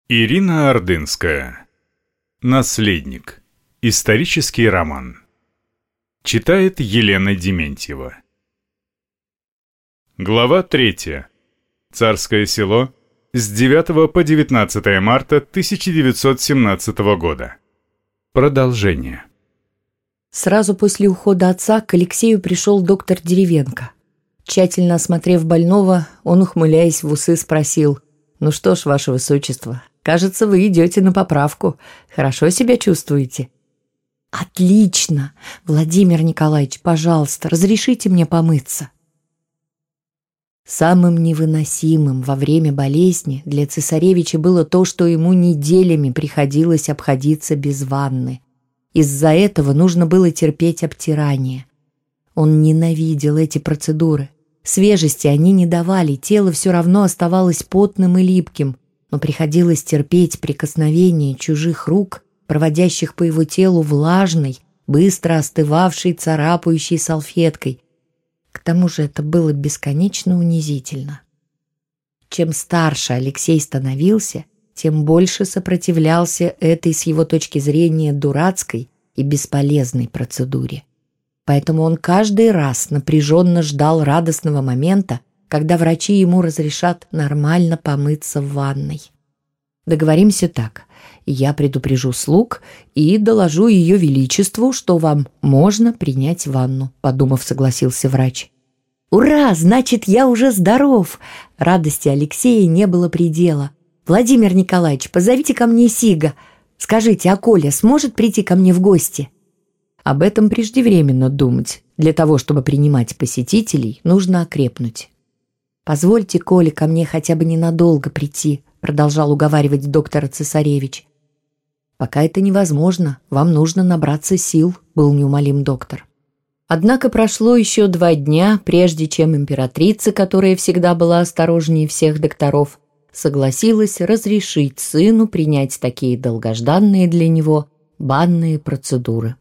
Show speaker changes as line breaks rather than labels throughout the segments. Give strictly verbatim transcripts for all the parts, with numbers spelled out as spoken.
Ирина Ордынская. Наследник. Исторический роман. Читает Елена Дементьева. Глава третья. Царское село. С девятого по девятнадцатое марта тысяча девятьсот семнадцатого года. Продолжение.
Сразу после ухода отца к Алексею пришел доктор Деревенко. Тщательно осмотрев больного, он, ухмыляясь в усы, спросил: «Ну что ж, ваше высочество, кажется, вы идете на поправку. Хорошо себя чувствуете?» «Отлично! Владимир Николаевич, пожалуйста, разрешите мне помыться». Самым невыносимым во время болезни для цесаревича было то, что ему неделями приходилось обходиться без ванны. Из-за этого нужно было терпеть обтирание. Он ненавидел эти процедуры. Свежести они не давали, тело все равно оставалось потным и липким, но приходилось терпеть прикосновение чужих рук, проводящих по его телу влажной, быстро остывавшей, царапающей салфеткой. К тому же это было бесконечно унизительно. Чем старше Алексей становился, тем больше сопротивлялся этой, с его точки зрения, дурацкой и бесполезной процедуре. Поэтому он каждый раз напряженно ждал радостного момента, когда врачи ему разрешат нормально помыться в ванной. Договоримся так: я предупрежу слуг и доложу ее величеству, что вам можно принять ванну, подумав, согласился врач. «Ура! Значит, я уже здоров!» Радости Алексея не было предела. «Владимир Николаевич, позовите ко мне Сига. Скажите, а Коля сможет прийти ко мне в гости?» Об этом преждевременно думать. Для того, чтобы принимать посетителей, нужно окрепнуть. «Позвольте Коле ко мне хотя бы ненадолго прийти», продолжал уговаривать доктора цесаревич. «Пока это невозможно, вам нужно набраться сил», был неумолим доктор. Однако прошло еще два дня, прежде чем императрица, которая всегда была осторожнее всех докторов, согласилась разрешить сыну принять такие долгожданные для него банные процедуры.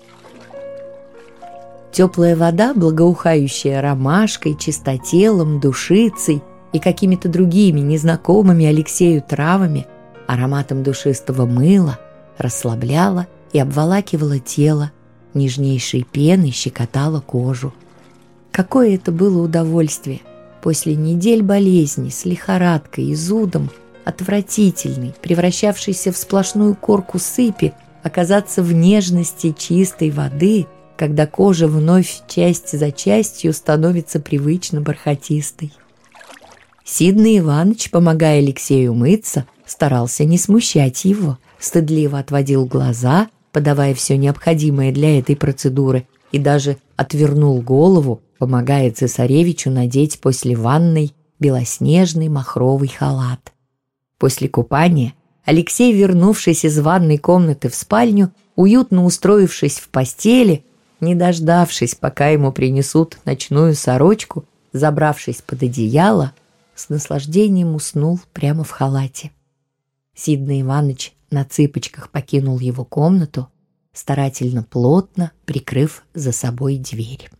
Теплая вода, благоухающая ромашкой, чистотелом, душицей и какими-то другими незнакомыми Алексею травами, ароматом душистого мыла, расслабляла и обволакивала тело, нежнейшей пеной щекотала кожу. Какое это было удовольствие! После недель болезни с лихорадкой и зудом, отвратительной, превращавшейся в сплошную корку сыпи, оказаться в нежности чистой воды, когда кожа вновь часть за частью становится привычно бархатистой. Сидный Иваныч, помогая Алексею мыться, старался не смущать его, стыдливо отводил глаза, подавая все необходимое для этой процедуры, и даже отвернул голову, помогая цесаревичу надеть после ванной белоснежный махровый халат. После купания Алексей, вернувшись из ванной комнаты в спальню, уютно устроившись в постели, не дождавшись, пока ему принесут ночную сорочку, забравшись под одеяло, с наслаждением уснул прямо в халате. Сидный Иваныч на цыпочках покинул его комнату, старательно плотно прикрыв за собой дверь.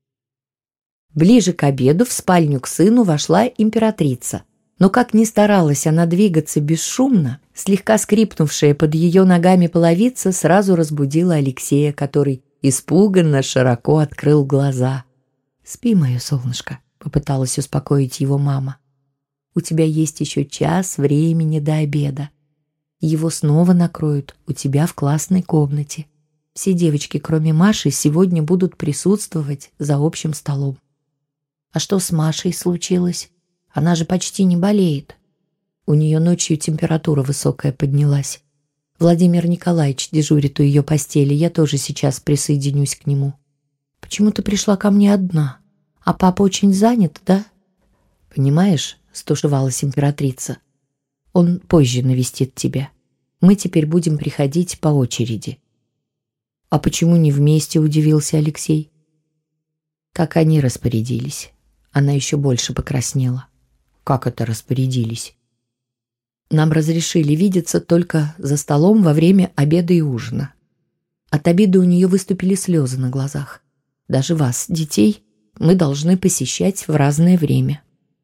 Ближе к обеду в спальню к сыну вошла императрица, но как ни старалась она двигаться бесшумно, слегка скрипнувшая под ее ногами половица сразу разбудила Алексея, который испуганно широко открыл глаза. «Спи, мое солнышко», — попыталась успокоить его мама. «У тебя есть еще час времени до обеда. Его снова накроют у тебя в классной комнате. Все девочки, кроме Маши, сегодня будут присутствовать за общим столом». «А что с Машей случилось? Она же почти не болеет». У нее ночью температура высокая поднялась. Владимир Николаевич дежурит у ее постели, я тоже сейчас присоединюсь к нему. «Почему ты пришла ко мне одна? А папа очень занят, да?» «Понимаешь», — стушевалась императрица, — «он позже навестит тебя. Мы теперь будем приходить по очереди». «А почему не вместе?» — удивился Алексей. «Как они распорядились». Она еще больше покраснела. «Как это распорядились?» «Нам разрешили видеться только за столом во время обеда и ужина». От обиды у нее выступили слезы на глазах. «Даже вас, детей, мы должны посещать в разное время».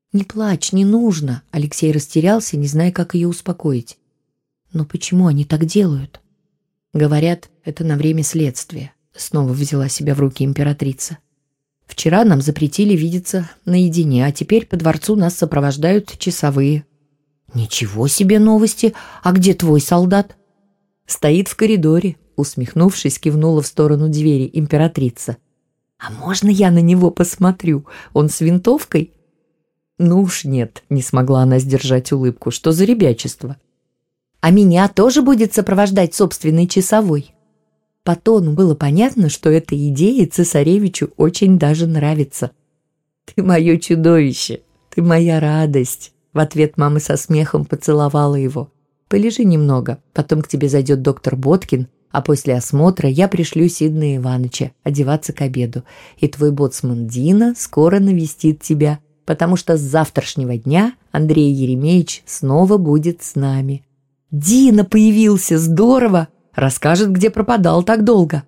«Не плачь, не нужно!» Алексей растерялся, не зная, как ее успокоить. «Но почему они так делают?» «Говорят, это на время следствия», — снова взяла себя в руки императрица. «Вчера нам запретили видеться наедине, а теперь по дворцу нас сопровождают часовые». «Ничего себе новости! А где твой солдат?» «Стоит в коридоре», — усмехнувшись, кивнула в сторону двери императрица. «А можно я на него посмотрю? Он с винтовкой?» «Ну уж нет», — не смогла она сдержать улыбку. «Что за ребячество?» «А меня тоже будет сопровождать собственный часовой?» По тону было понятно, что эта идея цесаревичу очень даже нравится. «Ты мое чудовище, ты моя радость!» В ответ мама со смехом поцеловала его. «Полежи немного, потом к тебе зайдет доктор Боткин, а после осмотра я пришлю Сиднея Иваныча одеваться к обеду, и твой боцман Дина скоро навестит тебя, потому что с завтрашнего дня Андрей Еремеевич снова будет с нами». «Дина появился! Здорово! Расскажет, где пропадал так долго».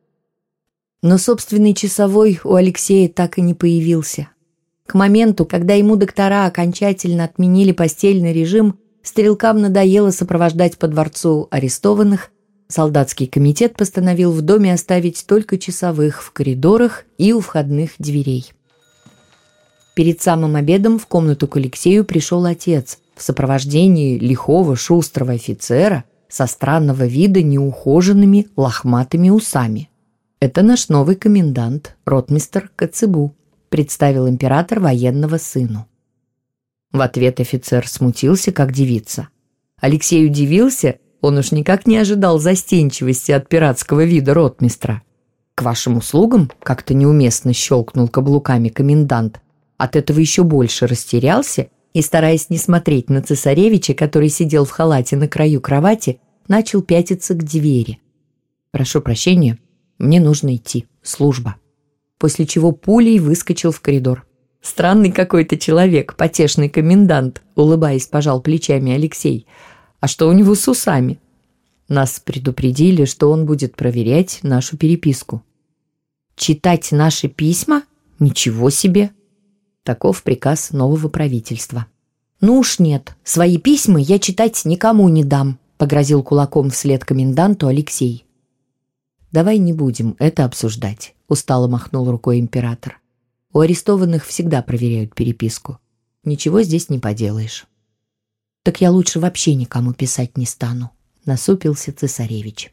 Но собственный часовой у Алексея так и не появился. К моменту, когда ему доктора окончательно отменили постельный режим, стрелкам надоело сопровождать по дворцу арестованных, солдатский комитет постановил в доме оставить только часовых в коридорах и у входных дверей. Перед самым обедом в комнату к Алексею пришел отец в сопровождении лихого шустрого офицера со странного вида неухоженными лохматыми усами. «Это наш новый комендант, ротмистр Коцебу», представил император военного сыну. В ответ офицер смутился, как девица. Алексей удивился, он уж никак не ожидал застенчивости от пиратского вида ротмистра. «К вашим услугам?» — как-то неуместно щелкнул каблуками комендант. От этого еще больше растерялся и, стараясь не смотреть на цесаревича, который сидел в халате на краю кровати, начал пятиться к двери. «Прошу прощения, мне нужно идти, служба». После чего пулей выскочил в коридор. «Странный какой-то человек, потешный комендант», улыбаясь, пожал плечами Алексей. «А что у него с усами?» «Нас предупредили, что он будет проверять нашу переписку». «Читать наши письма? Ничего себе!» Таков приказ нового правительства. «Ну уж нет, свои письма я читать никому не дам», погрозил кулаком вслед коменданту Алексей. «Давай не будем это обсуждать», устало махнул рукой император. «У арестованных всегда проверяют переписку. Ничего здесь не поделаешь». «Так я лучше вообще никому писать не стану», насупился цесаревич.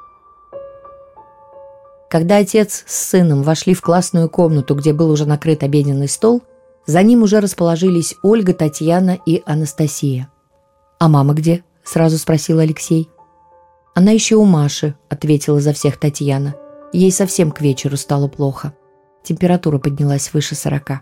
Когда отец с сыном вошли в классную комнату, где был уже накрыт обеденный стол, за ним уже расположились Ольга, Татьяна и Анастасия. «А мама где?» – сразу спросил Алексей. «Она еще у Маши», – ответила за всех Татьяна. «Ей совсем к вечеру стало плохо. Температура поднялась выше сорока».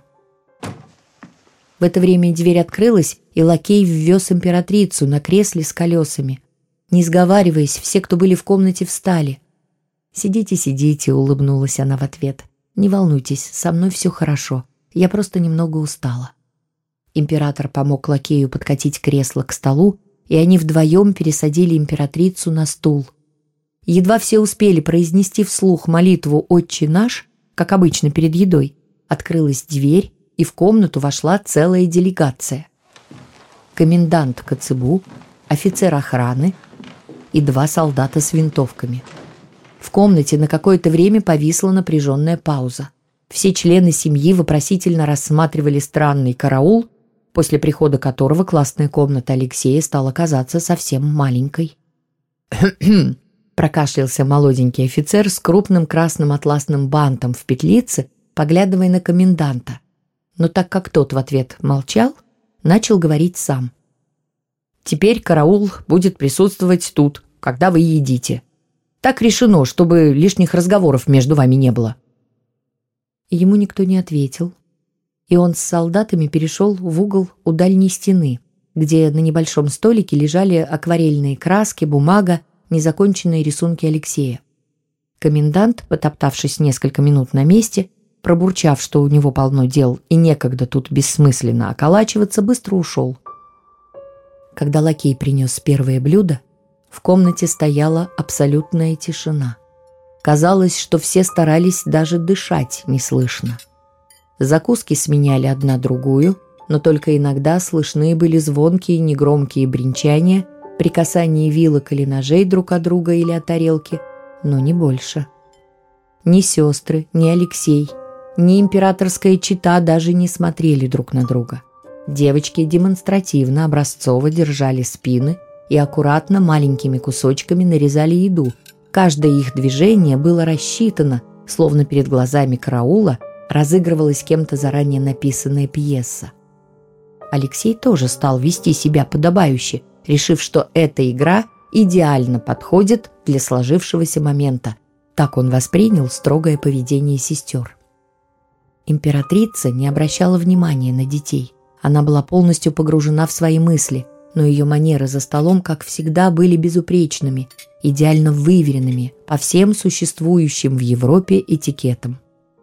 В это время дверь открылась, и лакей ввез императрицу на кресле с колесами. Не сговариваясь, все, кто были в комнате, встали. «Сидите, сидите», — улыбнулась она в ответ. «Не волнуйтесь, со мной все хорошо. Я просто немного устала». Император помог лакею подкатить кресло к столу, и они вдвоем пересадили императрицу на стул. Едва все успели произнести вслух молитву «Отче наш», как обычно перед едой, открылась дверь, и в комнату вошла целая делегация. Комендант Коцебу, офицер охраны и два солдата с винтовками. В комнате на какое-то время повисла напряженная пауза. Все члены семьи вопросительно рассматривали странный караул, после прихода которого классная комната Алексея стала казаться совсем маленькой. «Кхм-кхм», прокашлялся молоденький офицер с крупным красным атласным бантом в петлице, поглядывая на коменданта. Но так как тот в ответ молчал, начал говорить сам. «Теперь караул будет присутствовать тут, когда вы едите. Так решено, чтобы лишних разговоров между вами не было». Ему никто не ответил, и он с солдатами перешел в угол у дальней стены, где на небольшом столике лежали акварельные краски, бумага, незаконченные рисунки Алексея. Комендант, потоптавшись несколько минут на месте, пробурчав, что у него полно дел и некогда тут бессмысленно околачиваться, быстро ушел. Когда лакей принес первое блюдо, в комнате стояла абсолютная тишина. Казалось, что все старались даже дышать неслышно. Закуски сменяли одна другую, но только иногда слышны были звонкие негромкие бренчания при касании вилок или ножей друг от друга или от тарелки, но не больше. Ни сестры, ни Алексей, ни императорская чета даже не смотрели друг на друга. Девочки демонстративно, образцово держали спины и аккуратно маленькими кусочками нарезали еду. Каждое их движение было рассчитано, словно перед глазами караула разыгрывалась кем-то заранее написанная пьеса. Алексей тоже стал вести себя подобающе, решив, что эта игра идеально подходит для сложившегося момента. Так он воспринял строгое поведение сестер. Императрица не обращала внимания на детей. Она была полностью погружена в свои мысли, но ее манеры за столом, как всегда, были безупречными, идеально выверенными по всем существующим в Европе этикетам.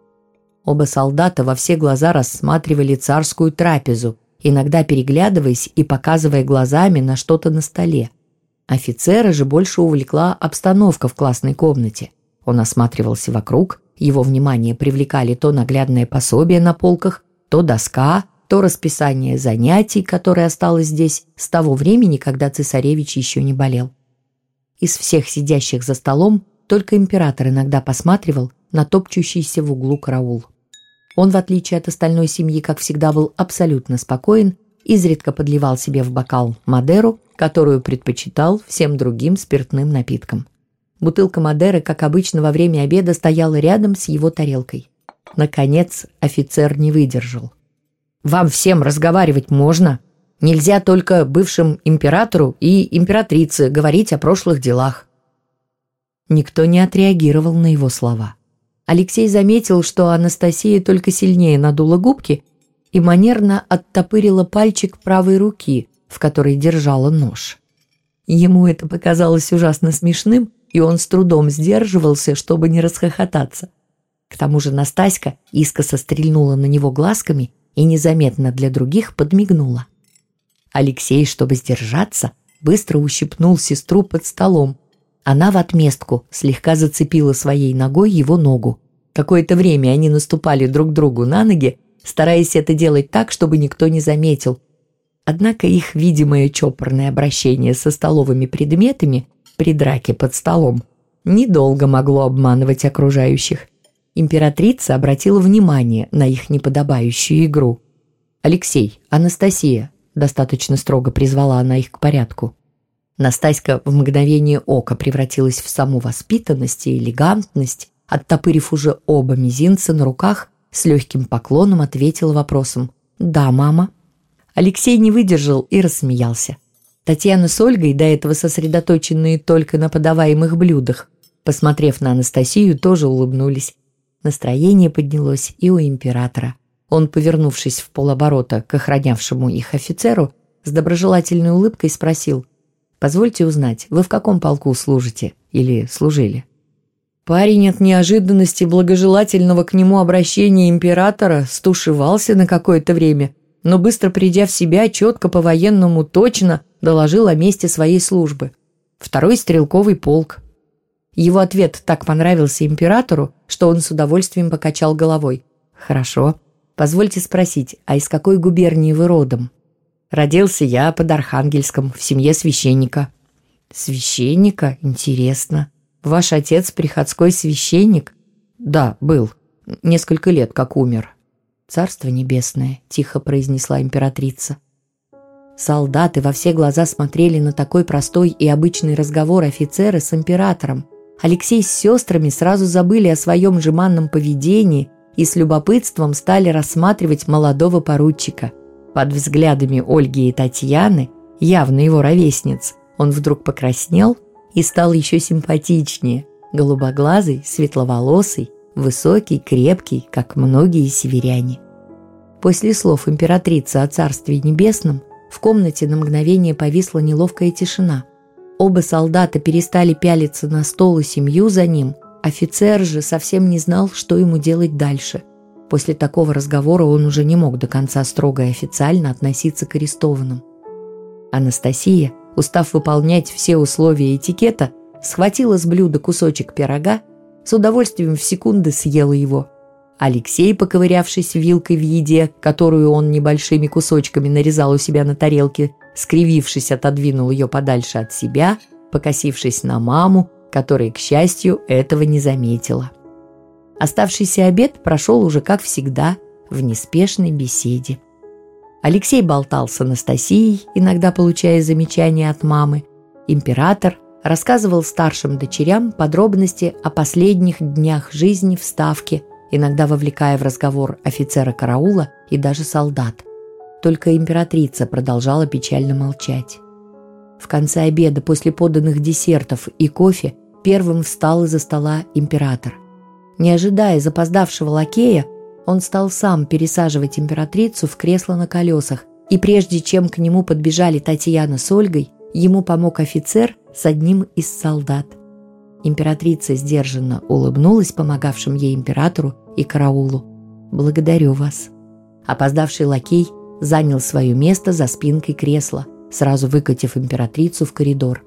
Оба солдата во все глаза рассматривали царскую трапезу, иногда переглядываясь и показывая глазами на что-то на столе. Офицера же больше увлекла обстановка в классной комнате. Он осматривался вокруг, его внимание привлекали то наглядное пособие на полках, то доска, то расписание занятий, которое осталось здесь с того времени, когда цесаревич еще не болел. Из всех сидящих за столом только император иногда посматривал на топчущийся в углу караул. Он, в отличие от остальной семьи, как всегда, был абсолютно спокоен, изредка подливал себе в бокал Мадеру, которую предпочитал всем другим спиртным напиткам. Бутылка Мадеры, как обычно, во время обеда стояла рядом с его тарелкой. Наконец, офицер не выдержал. «Вам всем разговаривать можно? Нельзя только бывшим императору и императрице говорить о прошлых делах». Никто не отреагировал на его слова. Алексей заметил, что Анастасия только сильнее надула губки и манерно оттопырила пальчик правой руки, в которой держала нож. Ему это показалось ужасно смешным, и он с трудом сдерживался, чтобы не расхохотаться. К тому же Настаська искоса стрельнула на него глазками и незаметно для других подмигнула. Алексей, чтобы сдержаться, быстро ущипнул сестру под столом. Она в отместку слегка зацепила своей ногой его ногу. Какое-то время они наступали друг другу на ноги, стараясь это делать так, чтобы никто не заметил. Однако их видимое чопорное обращение со столовыми предметами при драке под столом недолго могло обманывать окружающих. Императрица обратила внимание на их неподобающую игру. «Алексей, Анастасия», – достаточно строго призвала она их к порядку. Настаська в мгновение ока превратилась в саму воспитанность и элегантность, оттопырив уже оба мизинца на руках, с легким поклоном ответила вопросом «Да, мама». Алексей не выдержал и рассмеялся. Татьяна с Ольгой, до этого сосредоточенные только на подаваемых блюдах, посмотрев на Анастасию, тоже улыбнулись. Настроение поднялось и у императора. Он, повернувшись в полоборота к охранявшему их офицеру, с доброжелательной улыбкой спросил: «Позвольте узнать, вы в каком полку служите или служили?» Парень от неожиданности благожелательного к нему обращения императора стушевался на какое-то время, но быстро придя в себя, четко по-военному точно доложил о месте своей службы. Второй стрелковый полк. Его ответ так понравился императору, что он с удовольствием покачал головой. «Хорошо. Позвольте спросить, а из какой губернии вы родом?» «Родился я под Архангельском, в семье священника». «Священника? Интересно. Ваш отец приходской священник?» «Да, был. Несколько лет как умер». «Царство небесное», – тихо произнесла императрица. Солдаты во все глаза смотрели на такой простой и обычный разговор офицера с императором. Алексей с сестрами сразу забыли о своем жеманном поведении и с любопытством стали рассматривать молодого поручика. Под взглядами Ольги и Татьяны, явно его ровесниц, он вдруг покраснел и стал еще симпатичнее, голубоглазый, светловолосый, высокий, крепкий, как многие северяне. После слов императрицы о Царстве Небесном в комнате на мгновение повисла неловкая тишина. Оба солдата перестали пялиться на стол и семью за ним, офицер же совсем не знал, что ему делать дальше. После такого разговора он уже не мог до конца строго и официально относиться к арестованным. Анастасия, устав выполнять все условия этикета, схватила с блюда кусочек пирога, с удовольствием в секунды съела его. Алексей, поковырявшись вилкой в еде, которую он небольшими кусочками нарезал у себя на тарелке, скривившись, отодвинул ее подальше от себя, покосившись на маму, которая, к счастью, этого не заметила. Оставшийся обед прошел уже, как всегда, в неспешной беседе. Алексей болтал с Анастасией, иногда получая замечания от мамы. Император рассказывал старшим дочерям подробности о последних днях жизни в Ставке, иногда вовлекая в разговор офицера караула и даже солдат. Только императрица продолжала печально молчать. В конце обеда, после поданных десертов и кофе, первым встал из-за стола император. Не ожидая запоздавшего лакея, он стал сам пересаживать императрицу в кресло на колесах, и прежде чем к нему подбежали Татьяна с Ольгой, ему помог офицер с одним из солдат. Императрица сдержанно улыбнулась помогавшим ей императору и караулу. «Благодарю вас». Опоздавший лакей занял свое место за спинкой кресла, сразу выкатив императрицу в коридор.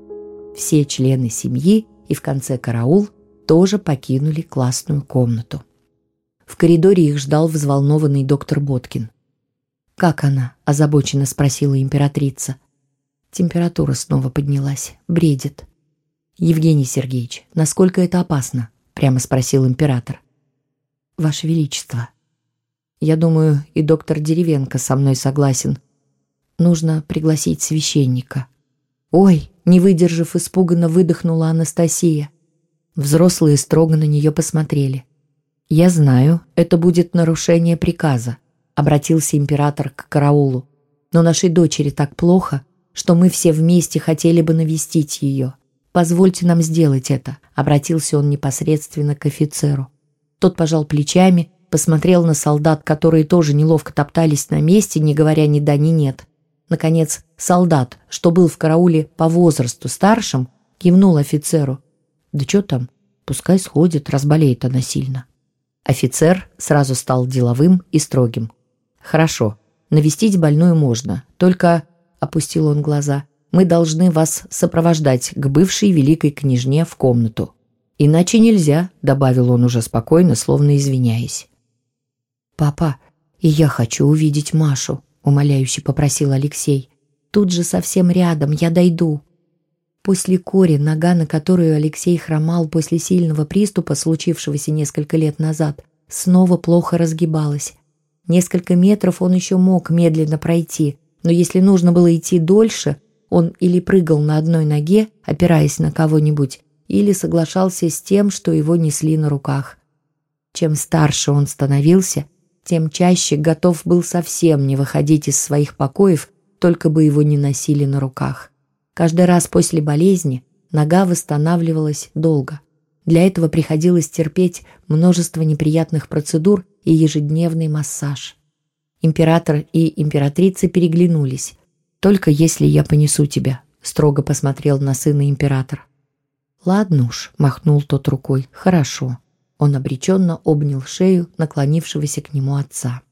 Все члены семьи и в конце караул тоже покинули классную комнату. В коридоре их ждал взволнованный доктор Боткин. «Как она?» – озабоченно спросила императрица. Температура снова поднялась. Бредит. «Евгений Сергеевич, насколько это опасно?» – прямо спросил император. «Ваше Величество, я думаю, и доктор Деревенко со мной согласен. Нужно пригласить священника». «Ой!» – не выдержав, испуганно выдохнула Анастасия. Взрослые строго на нее посмотрели. «Я знаю, это будет нарушение приказа», – обратился император к караулу. «Но нашей дочери так плохо, что мы все вместе хотели бы навестить ее. Позвольте нам сделать это», – обратился он непосредственно к офицеру. Тот пожал плечами, посмотрел на солдат, которые тоже неловко топтались на месте, не говоря ни да, ни нет. Наконец, солдат, что был в карауле по возрасту старшим, кивнул офицеру. «Да что там, пускай сходит, разболеет она сильно». Офицер сразу стал деловым и строгим. «Хорошо, навестить больную можно, только...» — опустил он глаза. «Мы должны вас сопровождать к бывшей великой княжне в комнату. Иначе нельзя», — добавил он уже спокойно, словно извиняясь. «Папа, и я хочу увидеть Машу», — умоляюще попросил Алексей. «Тут же совсем рядом, я дойду». После кори, нога, на которую Алексей хромал после сильного приступа, случившегося несколько лет назад, снова плохо разгибалась. Несколько метров он еще мог медленно пройти, но если нужно было идти дольше, он или прыгал на одной ноге, опираясь на кого-нибудь, или соглашался с тем, что его несли на руках. Чем старше он становился, тем чаще готов был совсем не выходить из своих покоев, только бы его не носили на руках. Каждый раз после болезни нога восстанавливалась долго. Для этого приходилось терпеть множество неприятных процедур и ежедневный массаж. Император и императрица переглянулись. «Только если я понесу тебя», — строго посмотрел на сына император. «Ладно уж», — махнул тот рукой, — «хорошо». Он обреченно обнял шею наклонившегося к нему отца.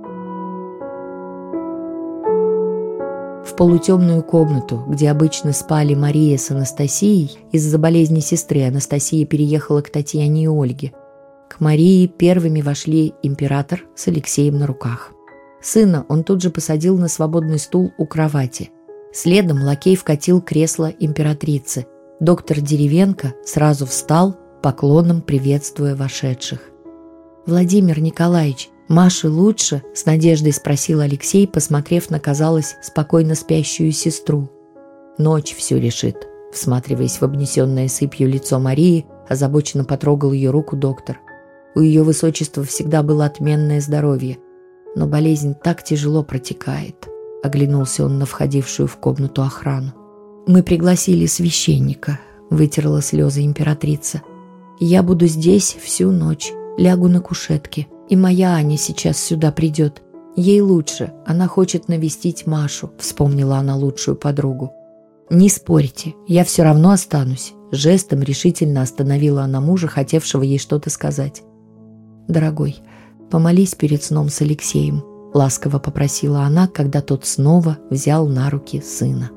В полутемную комнату, где обычно спали Мария с Анастасией, из-за болезни сестры Анастасия переехала к Татьяне и Ольге. К Марии первыми вошли император с Алексеем на руках. Сына он тут же посадил на свободный стул у кровати. Следом лакей вкатил кресло императрицы. Доктор Деревенко сразу встал, поклоном приветствуя вошедших. «Владимир Николаевич, Маше лучше?» — с надеждой спросил Алексей, посмотрев на, казалось, спокойно спящую сестру. «Ночь все решит», — всматриваясь в обнесенное сыпью лицо Марии, озабоченно потрогал ее руку доктор. У ее высочества всегда было отменное здоровье, но болезнь так тяжело протекает. Оглянулся он на входившую в комнату охрану. «Мы пригласили священника», — вытерла слезы императрица. «Я буду здесь всю ночь, лягу на кушетке. И моя Аня сейчас сюда придет. Ей лучше, она хочет навестить Машу», — вспомнила она лучшую подругу. «Не спорьте, я все равно останусь», — жестом решительно остановила она мужа, хотевшего ей что-то сказать. «Дорогой, помолись перед сном с Алексеем», — ласково попросила она, когда тот снова взял на руки сына.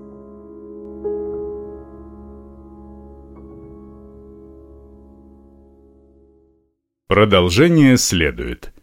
Продолжение следует.